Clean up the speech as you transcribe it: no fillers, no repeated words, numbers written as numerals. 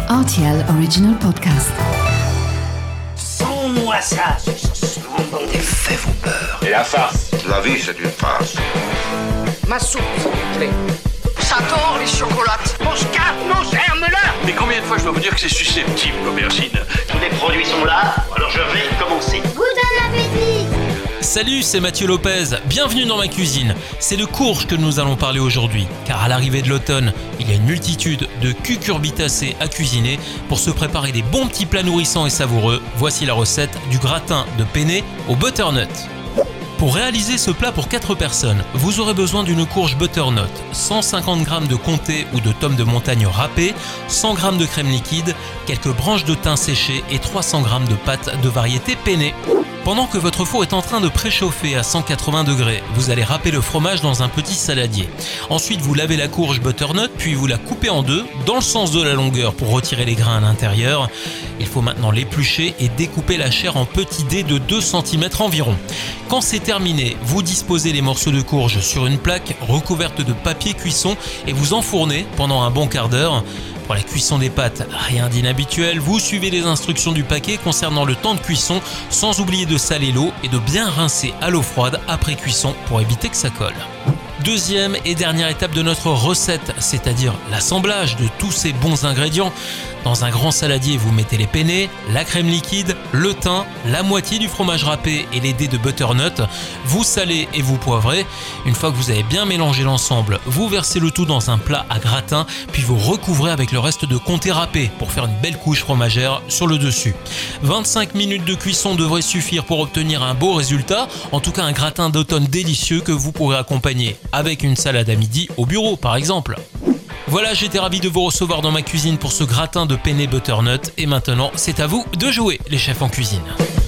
RTL Original Podcast. Sans-moi ça, c'est bon. Les faits vont peur. Et la farce? La vie, c'est une farce. Ma soupe, s'il vous plaît. J'adore les chocolates. Mon scarpe, mon germe-là. Mais combien de fois je dois vous dire que c'est susceptible, l'aubergine? Tous les produits sont là, alors je vais commencer. Bon appétit! Salut, c'est Mathieu Lopez, bienvenue dans ma cuisine. C'est de courge que nous allons parler aujourd'hui, car à l'arrivée de l'automne, il y a une multitude de cucurbitacées à cuisiner pour se préparer des bons petits plats nourrissants et savoureux. Voici la recette du gratin de penne au butternut. Pour réaliser ce plat pour 4 personnes, vous aurez besoin d'une courge butternut, 150 g de comté ou de tomes de montagne râpées, 100 g de crème liquide, quelques branches de thym séchées et 300 g de pâte de variété penne. Pendant que votre four est en train de préchauffer à 180 degrés, vous allez râper le fromage dans un petit saladier. Ensuite, vous lavez la courge butternut, puis vous la coupez en deux, dans le sens de la longueur pour retirer les grains à l'intérieur. Il faut maintenant l'éplucher et découper la chair en petits dés de 2 cm environ. Quand c'est terminé, vous disposez les morceaux de courge sur une plaque recouverte de papier cuisson et vous enfournez pendant un bon quart d'heure. Pour la cuisson des pâtes, rien d'inhabituel, vous suivez les instructions du paquet concernant le temps de cuisson, sans oublier de saler l'eau et de bien rincer à l'eau froide après cuisson pour éviter que ça colle. Deuxième et dernière étape de notre recette, c'est-à-dire l'assemblage de tous ces bons ingrédients. Dans un grand saladier, vous mettez les penne, la crème liquide, le thym, la moitié du fromage râpé et les dés de butternut. Vous salez et vous poivrez. Une fois que vous avez bien mélangé l'ensemble, vous versez le tout dans un plat à gratin, puis vous recouvrez avec le reste de comté râpé pour faire une belle couche fromagère sur le dessus. 25 minutes de cuisson devraient suffire pour obtenir un beau résultat, en tout cas un gratin d'automne délicieux que vous pourrez accompagner avec une salade à midi au bureau par exemple. Voilà, j'étais ravi de vous recevoir dans ma cuisine pour ce gratin de penne butternut et maintenant c'est à vous de jouer les chefs en cuisine.